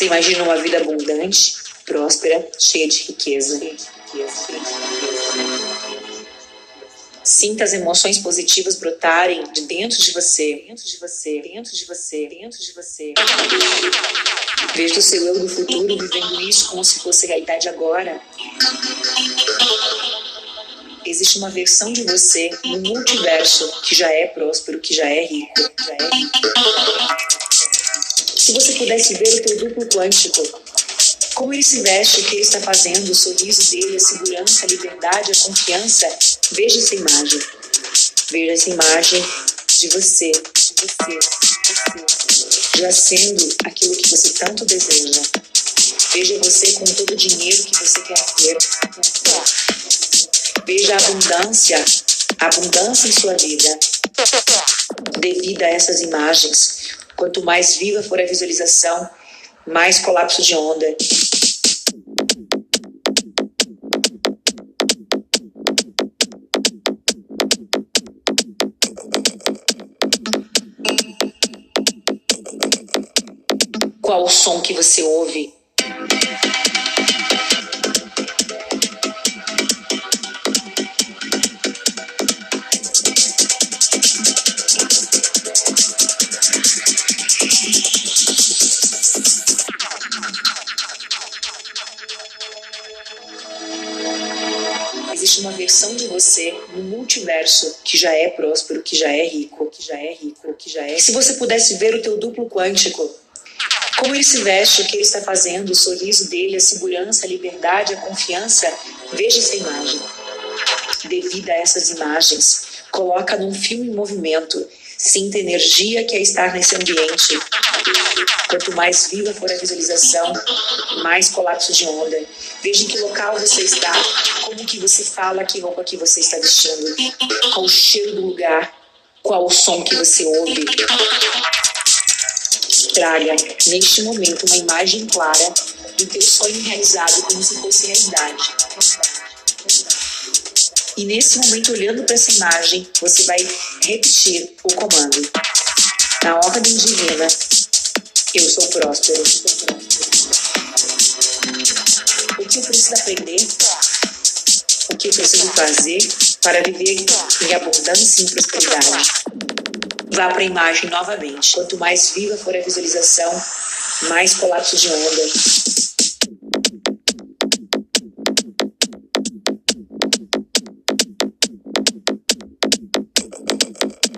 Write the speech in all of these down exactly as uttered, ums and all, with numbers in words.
Você imagina uma vida abundante, próspera, cheia de riqueza. Sinta as emoções positivas brotarem de dentro de você, dentro de você, dentro de você, dentro de você. Veja o seu eu do futuro vivendo isso como se fosse realidade agora. Existe uma versão de você no multiverso que já é próspero, que já é rico, já é rico. Se você pudesse ver o teu duplo quântico, como ele se veste, o que ele está fazendo, o sorriso dele, a segurança, a liberdade, a confiança, veja essa imagem. Veja essa imagem de você, de você, você, já sendo aquilo que você tanto deseja. Veja você com todo o dinheiro que você quer ter. Veja a abundância, a abundância em sua vida, devido a essas imagens. Quanto mais viva for a visualização, mais colapso de onda. Qual o som que você ouve? Existe uma versão de você no multiverso que já é próspero, que já é rico, que já é rico, que já é... Se você pudesse ver o teu duplo quântico, como ele se veste, o que ele está fazendo, o sorriso dele, a segurança, a liberdade, a confiança, veja essa imagem. Devido a essas imagens, coloca num filme em movimento, sinta a energia que é estar nesse ambiente. Quanto mais viva for a visualização, mais colapso de onda. Veja em que local você está, como que você fala, que roupa que você está vestindo, qual o cheiro do lugar, qual o som que você ouve. Traga, neste momento, uma imagem clara do teu sonho realizado como se fosse realidade. E nesse momento, olhando para essa imagem, você vai repetir o comando. Na ordem divina, eu sou próspero. O que eu preciso aprender? O que eu preciso fazer para viver em abundância e em prosperidade? Vá para a imagem novamente. Quanto mais viva for a visualização, mais colapso de onda.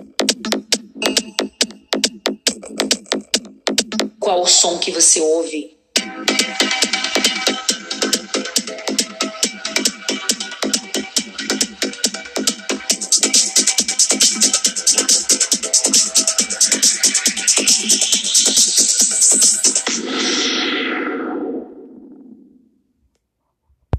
Qual o som que você ouve?